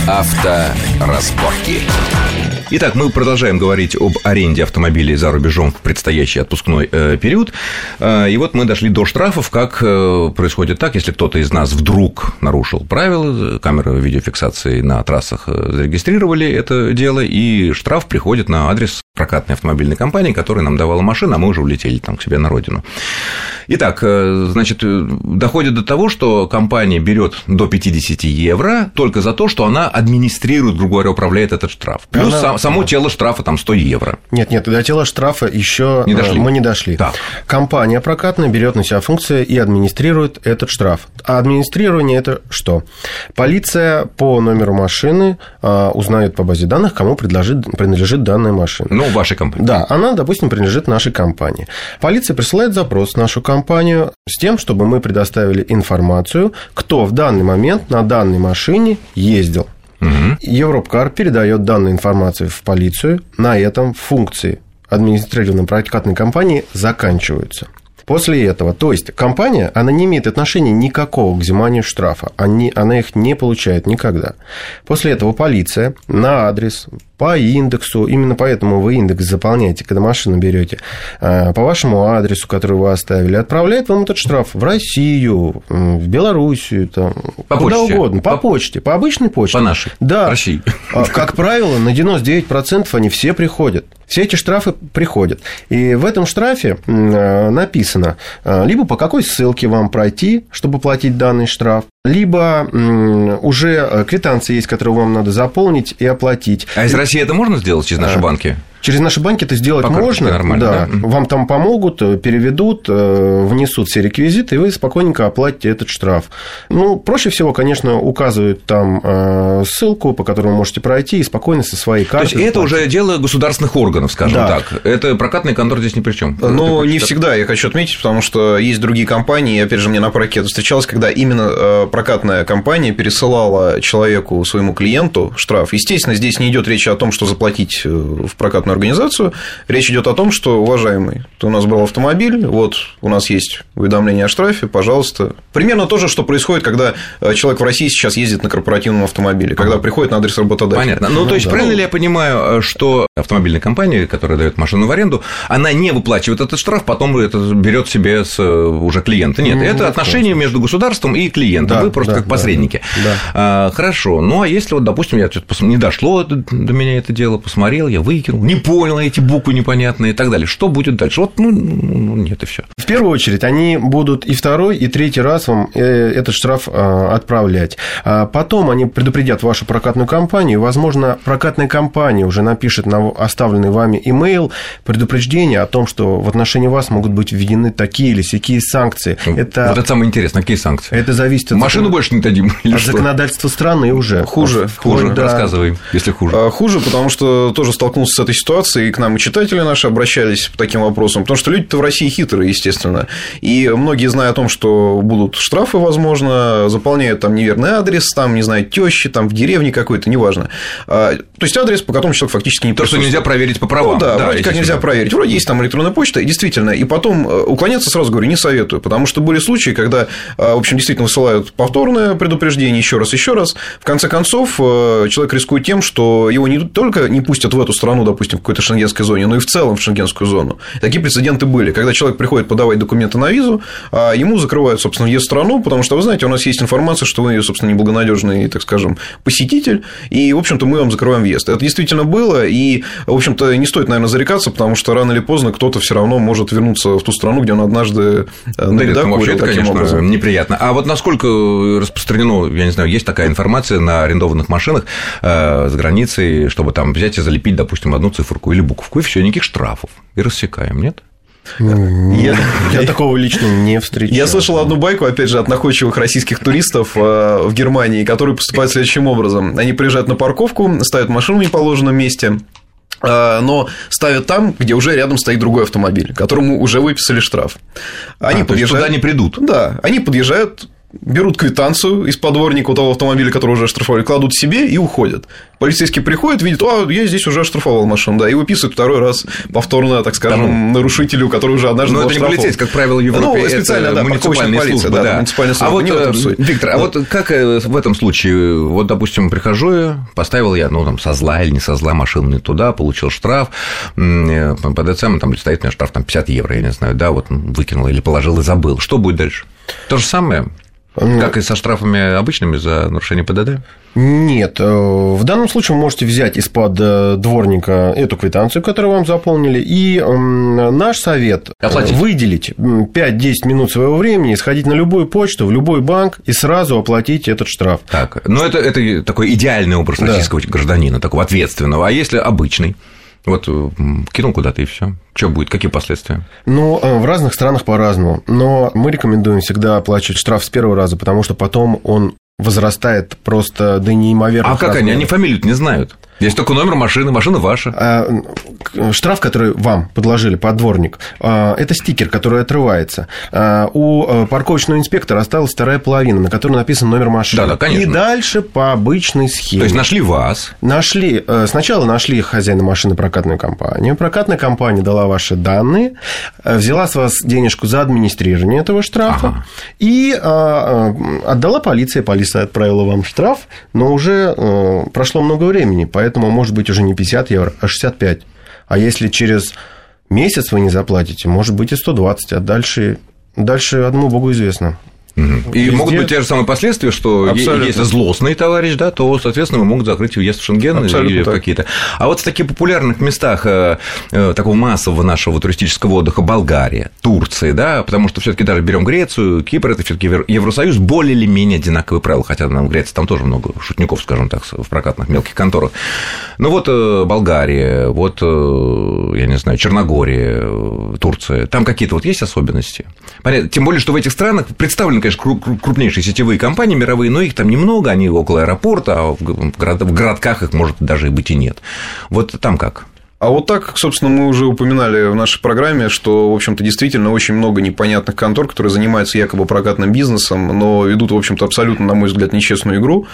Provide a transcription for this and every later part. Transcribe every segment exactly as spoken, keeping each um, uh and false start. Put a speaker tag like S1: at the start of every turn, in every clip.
S1: Авторазборки. Итак, мы продолжаем говорить об аренде автомобилей за рубежом в предстоящий отпускной э, период. Э, и вот мы дошли до штрафов, как э, происходит так, если кто-то из нас вдруг нарушил правила, камеры видеофиксации на трассах зарегистрировали это дело, и штраф приходит на адрес прокатной автомобильной компании, которая нам давала машину, а мы уже улетели там к себе на родину. Итак, значит, доходит до того, что компания берет до пятьдесят евро только за то, что она администрирует, грубо говоря, управляет этот штраф. Плюс она... само тело штрафа там сто евро.
S2: Нет, нет, до тела штрафа еще не дошли. Мы не дошли. Так. Компания прокатная берет на себя функции и администрирует этот штраф. А администрирование – это что? Полиция по номеру машины узнает по базе данных, кому принадлежит данная машина.
S1: Ну, вашей компании.
S2: Да, она, допустим, принадлежит нашей компании. Полиция присылает запрос в нашу компанию с тем, чтобы мы предоставили информацию, кто в данный момент на данной машине ездил. Угу. Европкар передает данную информацию в полицию. На этом функции администрированной прокатной компании заканчиваются. После этого, то есть компания, она не имеет отношения никакого к взиманию штрафа, они, она их не получает никогда. После этого полиция на адрес, по индексу, именно поэтому вы индекс заполняете, когда машину берете, по вашему адресу, который вы оставили, отправляет вам этот штраф в Россию, в Белоруссию, там,
S1: по
S2: куда
S1: почте.
S2: угодно, по, по почте, по обычной почте.
S1: По нашей,
S2: да.
S1: России.
S2: Как правило, на девяносто девять процентов они все приходят. Все эти штрафы приходят. И в этом штрафе написано, либо по какой ссылке вам пройти, чтобы платить данный штраф, либо уже квитанции есть, которые вам надо заполнить и оплатить.
S1: А из России это можно сделать через наши банки?
S2: Через наши банки это сделать
S1: по
S2: можно,
S1: нормально,
S2: да.
S1: да.
S2: Вам там помогут, переведут, внесут все реквизиты, и вы спокойненько оплатите этот штраф. Ну, проще всего, конечно, указывают там ссылку, по которой вы можете пройти, и спокойно со своей карты.
S1: То есть это уже дело государственных органов, скажем да. так. Это прокатный контор здесь ни при чем.
S3: Ну, не всегда, я хочу отметить, потому что есть другие компании, и, опять же, мне на прокате встречалось, когда именно прокатная компания пересылала человеку, своему клиенту штраф. Естественно, здесь не идет речь о том, что заплатить в прокатную организацию. Речь идет о том, что, уважаемый, ты у нас брал автомобиль, вот у нас есть уведомление о штрафе, пожалуйста. Примерно то же, что происходит, когда человек в России сейчас ездит на корпоративном автомобиле, когда ага. приходит на адрес работодателя.
S1: Понятно. Ну, ну то есть, да. правильно ли я понимаю, что автомобильная компания, которая дает машину в аренду, она не выплачивает этот штраф, потом это берет себе с уже клиента? Нет, ну, это ну, отношения конечно. между государством и клиентом. Да, Вы просто да, как посредники.
S2: Да, да.
S1: А, хорошо. Ну, а если, вот, допустим, я что-то не дошло до меня это дело, посмотрел, я выкинул, не понял эти буквы непонятные и так далее. Что будет дальше? Вот, ну, ну нет, и все.
S2: В первую очередь, они будут и второй, и третий раз вам этот штраф отправлять. Потом они предупредят вашу прокатную компанию. Возможно, прокатная компания уже напишет на оставленный вами имейл предупреждение о том, что в отношении вас могут быть введены такие или сякие санкции. Это...
S1: Вот это самое интересное. Какие санкции?
S2: Это зависит от...
S1: Машину больше не дадим? Или
S2: от
S1: что?
S2: законодательства страны уже.
S3: Хуже.
S1: Хуже.
S2: Да.
S1: Рассказывай, если хуже.
S3: Хуже, потому что тоже столкнулся с этой ситуацией, и к нам и читатели наши обращались по таким вопросам, потому что люди-то в России хитрые, естественно, и многие, зная о том, что будут штрафы, возможно, заполняют там неверный адрес, там, не знаю, тещи, там в деревне какой-то, неважно. То есть адрес, по которому человек фактически не присутствует.
S1: То, что нельзя проверить по правам.
S3: Ну, да,
S1: да,
S3: вроде как нельзя
S1: да.
S3: проверить. Вроде есть там электронная почта, и действительно, и потом уклоняться, сразу говорю, не советую, потому что были случаи, когда, в общем, действительно высылают повторное предупреждение еще раз, еще раз. В конце концов, человек рискует тем, что его не только не пустят в эту страну, допустим, в какой-то шенгенской зоне, но и в целом в шенгенскую зону. Такие прецеденты были, когда человек приходит подавать документы на визу, а ему закрывают, собственно, въезд в страну, потому что, вы знаете, у нас есть информация, что вы, собственно, неблагонадежный, так скажем, посетитель, и, в общем-то, мы вам закрываем въезд. Это действительно было, и, в общем-то, не стоит, наверное, зарекаться, потому что рано или поздно кто-то все равно может вернуться в ту страну, где он однажды на видах курил таким
S1: конечно,
S3: образом.
S1: Неприятно. А вот насколько распространено, я не знаю, есть такая информация на арендованных машинах э, с границей, чтобы там взять и залепить, допустим, одну циферку или буковку, и все, никаких штрафов, и рассекаем, нет?
S2: Я, я такого лично не встречал.
S3: Я слышал одну байку, опять же, от находчивых российских туристов в Германии, которые поступают следующим образом. Они приезжают на парковку, ставят машину в неположенном месте, но ставят там, где уже рядом стоит другой автомобиль, которому уже выписали штраф. Они
S1: а,
S3: подъезжают...
S1: туда не придут?
S3: Да, они подъезжают, берут квитанцию из-под дворника у того автомобиля, который уже оштрафовали, кладут себе и уходят. Полицейский приходит, видит, а, я здесь уже оштрафовал машину, да, и выписывает второй раз повторно, так скажем, там, нарушителю, который уже однажды был оштрафован.
S1: Но это не полицейский, как правило, в Европе,
S3: ну,
S1: это
S3: специально, да,
S1: муниципальные
S3: полиция,
S1: службы.
S3: Да,
S1: да.
S3: муниципальные службы.
S1: А вот,
S3: не в этом суть.
S1: Виктор, а вот как в этом случае, вот, допустим, прихожу я, поставил я, ну, там, со зла или не со зла машину не туда, получил штраф, по ДЦМ там предстоит мне штраф там, пятьдесят евро, я не знаю, да, вот выкинул или положил и забыл. Что будет дальше? То же самое? Как и со штрафами обычными за нарушение ПДД?
S2: Нет. В данном случае вы можете взять из-под дворника эту квитанцию, которую вам заполнили, и наш совет оплатить. Выделить пять-десять минут своего времени, сходить на любую почту, в любой банк и сразу оплатить этот штраф.
S1: Так, ну это, это такой идеальный образ российского да. гражданина, такого ответственного. А если обычный? Вот кинул куда-то и все. Что будет? Какие последствия?
S2: Ну, в разных странах по-разному. Но мы рекомендуем всегда оплачивать штраф с первого раза, потому что потом он возрастает просто до неимоверных
S1: А как размеров. Они? Они фамилию-то не знают. Есть только номер машины, машина ваша.
S2: Штраф, который вам подложили под дворник, это стикер, который отрывается. У парковочного инспектора осталась вторая половина, на которой написан номер машины.
S1: Да, да, конечно.
S2: И дальше по обычной схеме.
S1: То есть нашли вас?
S2: Нашли. Сначала нашли хозяина машины прокатную компанию. Прокатная компания дала ваши данные, взяла с вас денежку за администрирование этого штрафа ага. и отдала полиции. Полиция отправила вам штраф, но уже прошло много времени, поэтому Поэтому, может быть, уже не пятьдесят евро, а шестьдесят пять. А если через месяц вы не заплатите, может быть, и сто двадцать, а дальше, дальше одному богу известно.
S1: И везде... могут быть те же самые последствия, что абсолютно. Если злостный товарищ, да, то, соответственно, могут закрыть въезд в Шенген абсолютно или в какие-то. А вот в таких популярных местах э, э, такого массового нашего туристического отдыха Болгария, Турция, да, потому что все-таки даже берем Грецию, Кипр, это все-таки Евросоюз, более или менее одинаковые правила, хотя нам в Греции там тоже много шутников, скажем так, в прокатных мелких конторах. Ну вот э, Болгария, вот, э, я не знаю, Черногория, э, Турция, там какие-то вот есть особенности. Понятно? Тем более, что в этих странах представлены, конечно, крупнейшие сетевые компании мировые, но их там немного, они около аэропорта, а в городках их, может, даже и быть и нет. Вот там как?
S3: А вот так, собственно, мы уже упоминали в нашей программе, что, в общем-то, действительно очень много непонятных контор, которые занимаются якобы прокатным бизнесом, но ведут, в общем-то, абсолютно, на мой взгляд, нечестную игру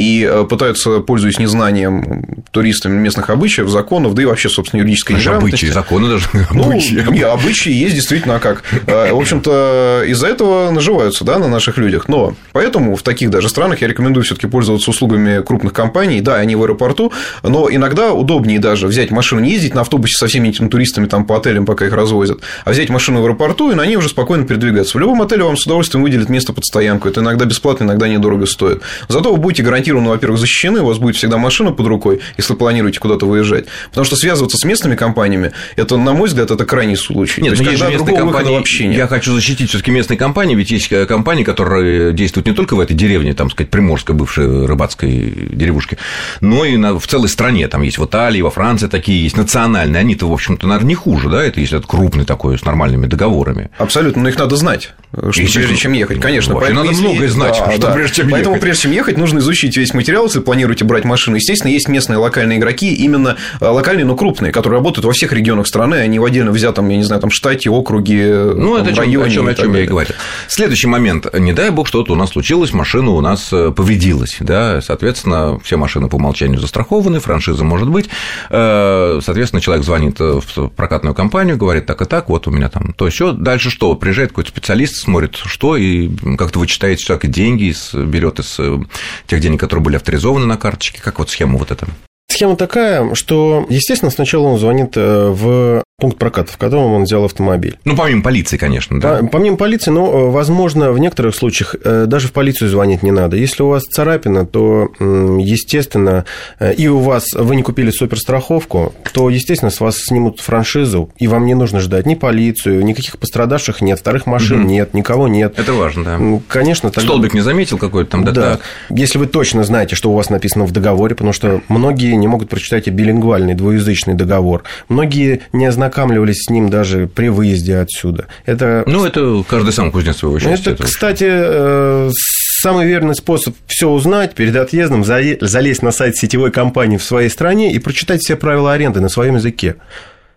S3: и пытаются, пользуясь незнанием туристами местных обычаев, законов, да и вообще, собственно, юридической неграмотности.
S1: Обычаи, законы даже.
S3: Ну, не, обычаи есть действительно, а как? В общем-то, из-за этого наживаются, да, на наших людях. Но поэтому в таких даже странах я рекомендую все-таки пользоваться услугами крупных компаний. Да, они в аэропорту, но иногда удобнее даже взять машину не ездить на автобусе со всеми этими туристами там по отелям, пока их развозят, а взять машину в аэропорту и на ней уже спокойно передвигаться. В любом отеле вам с удовольствием выделят место под стоянку. Это иногда бесплатно, иногда недорого стоит. Зато вы будете гарантированно, во-первых, защищены, у вас будет всегда машина под рукой, если планируете куда-то выезжать. Потому что связываться с местными компаниями, это, на мой взгляд, это крайний случай.
S1: Нет,
S3: то есть,
S1: когда другого
S3: компании,
S1: выхода вообще нет. Я хочу защитить все-таки местные компании, ведь есть компании, которые действуют не только в этой деревне, там, сказать, приморской, бывшей рыбацкой деревушке, но и в целой стране. Там есть в Италии, во Франции такие есть, национальные. Они-то, в общем-то, наверное, не хуже, да, это если это крупный такой, с нормальными договорами.
S3: Абсолютно, но их надо знать, что прежде чем ехать, конечно.
S1: Поэтому, надо если... многое знать, да, что
S3: да.
S1: прежде чем
S3: Поэтому,
S1: ехать.
S3: прежде чем ехать, нужно изучить весь материал, если планируете брать машину. Естественно, есть местные локальные игроки, именно локальные, но крупные, которые работают во всех регионах страны, а не в отдельно взятом, я не знаю, там, штате, округе,
S1: ну,
S3: там,
S1: это
S3: районе.
S1: О чем, о чем я и говорю. Следующий момент. Не дай бог, что-то у нас случилось, машина у нас повредилась, да, соответственно, все машины по умолчанию застрахованы, франшиза может быть, соответственно, человек звонит в прокатную компанию, говорит так и так, вот у меня там то все. Дальше что? Приезжает какой-то специалист, смотрит, что, и как-то вычитает всякие деньги, берет из тех денег, которые были авторизованы на карточке. Как вот схема вот эта?
S2: Схема такая, что, естественно, сначала он звонит в пункт проката, в котором он взял автомобиль.
S1: Ну, помимо полиции, конечно, да.
S2: Помимо полиции, но, возможно, в некоторых случаях даже в полицию звонить не надо. Если у вас царапина, то, естественно, и у вас вы не купили суперстраховку, то, естественно, с вас снимут франшизу, и вам не нужно ждать ни полицию, никаких пострадавших нет, вторых машин угу. нет, никого нет.
S1: Это важно, да.
S2: Конечно. Тогда...
S1: Столбик не заметил какой-то там, да,
S2: да.
S1: Так.
S2: Если вы точно знаете, что у вас написано в договоре, потому что многие не могут прочитать и билингвальный, двуязычный договор, многие не ознакомливались с ним даже при выезде отсюда. Это...
S1: Ну, это каждый сам кузнец своего счастья.
S2: Это, кстати, самый верный способ все узнать перед отъездом, залезть на сайт сетевой компании в своей стране и прочитать все правила аренды на своем языке.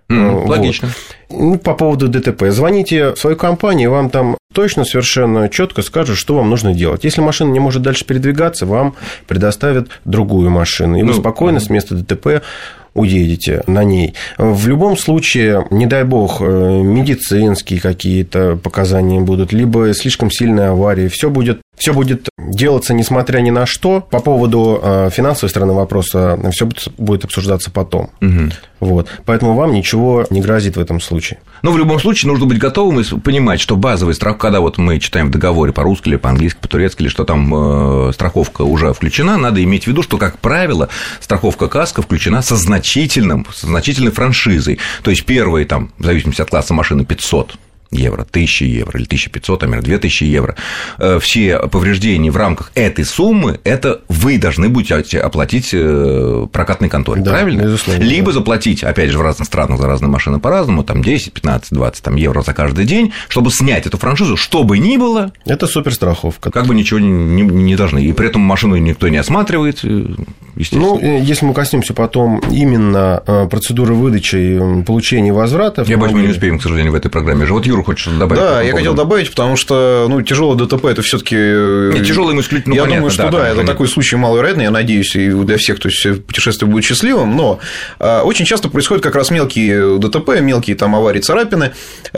S1: Mm, вот. Логично.
S2: По поводу ДТП. Звоните в свою компанию, вам там точно, совершенно четко скажут, что вам нужно делать. Если машина не может дальше передвигаться, вам предоставят другую машину. И вы ну, спокойно с места ДТП уедете на ней. В любом случае, не дай бог, медицинские какие-то показания будут, либо слишком сильная авария, все будет, все будет делаться несмотря ни на что. По поводу финансовой стороны вопроса все будет обсуждаться потом. Угу. Вот. Поэтому вам ничего не грозит в этом случае.
S1: Но в любом случае нужно быть готовым и понимать, что базовый страх, когда вот мы читаем в договоре по-русски или по-английски, по-турецки, или что там страховка уже включена, надо иметь в виду, что, как правило, страховка КАСКО включена со значительным, со значительной франшизой. То есть первые, там, в зависимости от класса машины, пятьсот евро, тысяча евро или тысяча пятьсот, например, две тысячи евро. Все повреждения в рамках этой суммы, это вы должны будете оплатить прокатной конторе, да, правильно?
S2: Безусловно,
S1: либо
S2: да.
S1: заплатить, опять же, в разных странах за разные машины по-разному, там десять, пятнадцать, двадцать там, евро за каждый день, чтобы снять эту франшизу, что бы ни было.
S2: Это суперстраховка.
S1: Как бы ничего не, не, не должны. И при этом машину никто не осматривает, естественно.
S2: Ну, если мы коснемся потом именно процедуры выдачи и получения возврата.
S1: Я боюсь, мы не успеем, к сожалению, в этой программе. Вот Юра хочет что-то добавить.
S3: Да, я хотел добавить, потому что, ну, тяжелое ДТП это все-таки.
S1: Не тяжелое, но исключительно.
S3: Я
S1: понятно,
S3: думаю, что
S1: да,
S3: да,
S1: там,
S3: это
S1: конечно.
S3: такой случай маловероятный, я надеюсь, и для всех, то есть путешествие будет счастливым, но очень часто происходят как раз мелкие ДТП, мелкие там аварии, царапины.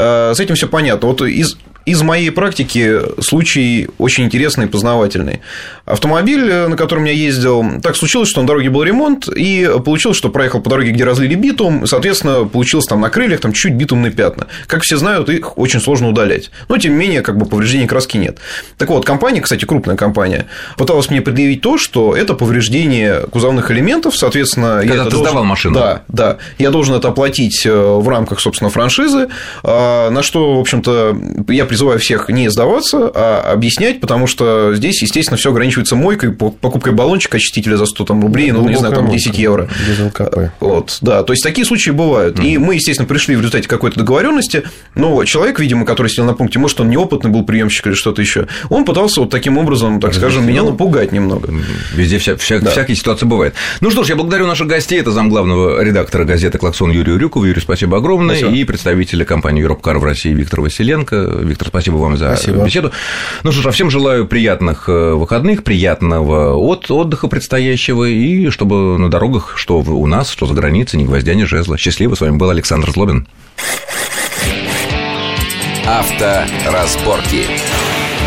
S3: С этим все понятно. Вот из Из моей практики случай очень интересный и познавательный. Автомобиль, на котором я ездил, так случилось, что на дороге был ремонт, и получилось, что проехал по дороге, где разлили битум, соответственно, получилось там на крыльях там чуть-чуть битумные пятна. Как все знают, их очень сложно удалять. Но, тем не менее, как бы повреждений краски нет. Так вот, компания, кстати, крупная компания, пыталась мне предъявить то, что это повреждение кузовных элементов, соответственно...
S1: Когда
S3: я
S1: ты
S3: должен...
S1: сдавал машину.
S3: Да, да. Я должен это оплатить в рамках, собственно, франшизы, на что, в общем-то, я призываю всех не сдаваться, а объяснять, потому что здесь, естественно, все ограничивается мойкой, покупкой баллончика очистителя за сто там, рублей, ну, не знаю, там десять евро.
S2: Без ЛКП.
S3: Вот, да, то есть такие случаи бывают. Mm-hmm. И мы, естественно, пришли в результате какой-то договоренности, но человек, видимо, который сидел на пункте, может, он неопытный был приемщик или что-то еще, он пытался вот таким образом, так скажем, меня напугать немного.
S1: Везде вся, вся, да. всякие ситуации бывают. Ну что ж, я благодарю наших гостей. Это замглавного редактора газеты «Клаксон» Юрий Урюков. Юрий, спасибо огромное. Спасибо. И представителя компании «Европкар» в России Виктор Василенко. Виктор, спасибо вам за Спасибо. беседу. Ну что ж, а всем желаю приятных выходных, приятного от отдыха предстоящего, и чтобы на дорогах, что у нас, что за границей, ни гвоздя, ни жезла. Счастливо. С вами был Александр Злобин.
S4: Авторазборки.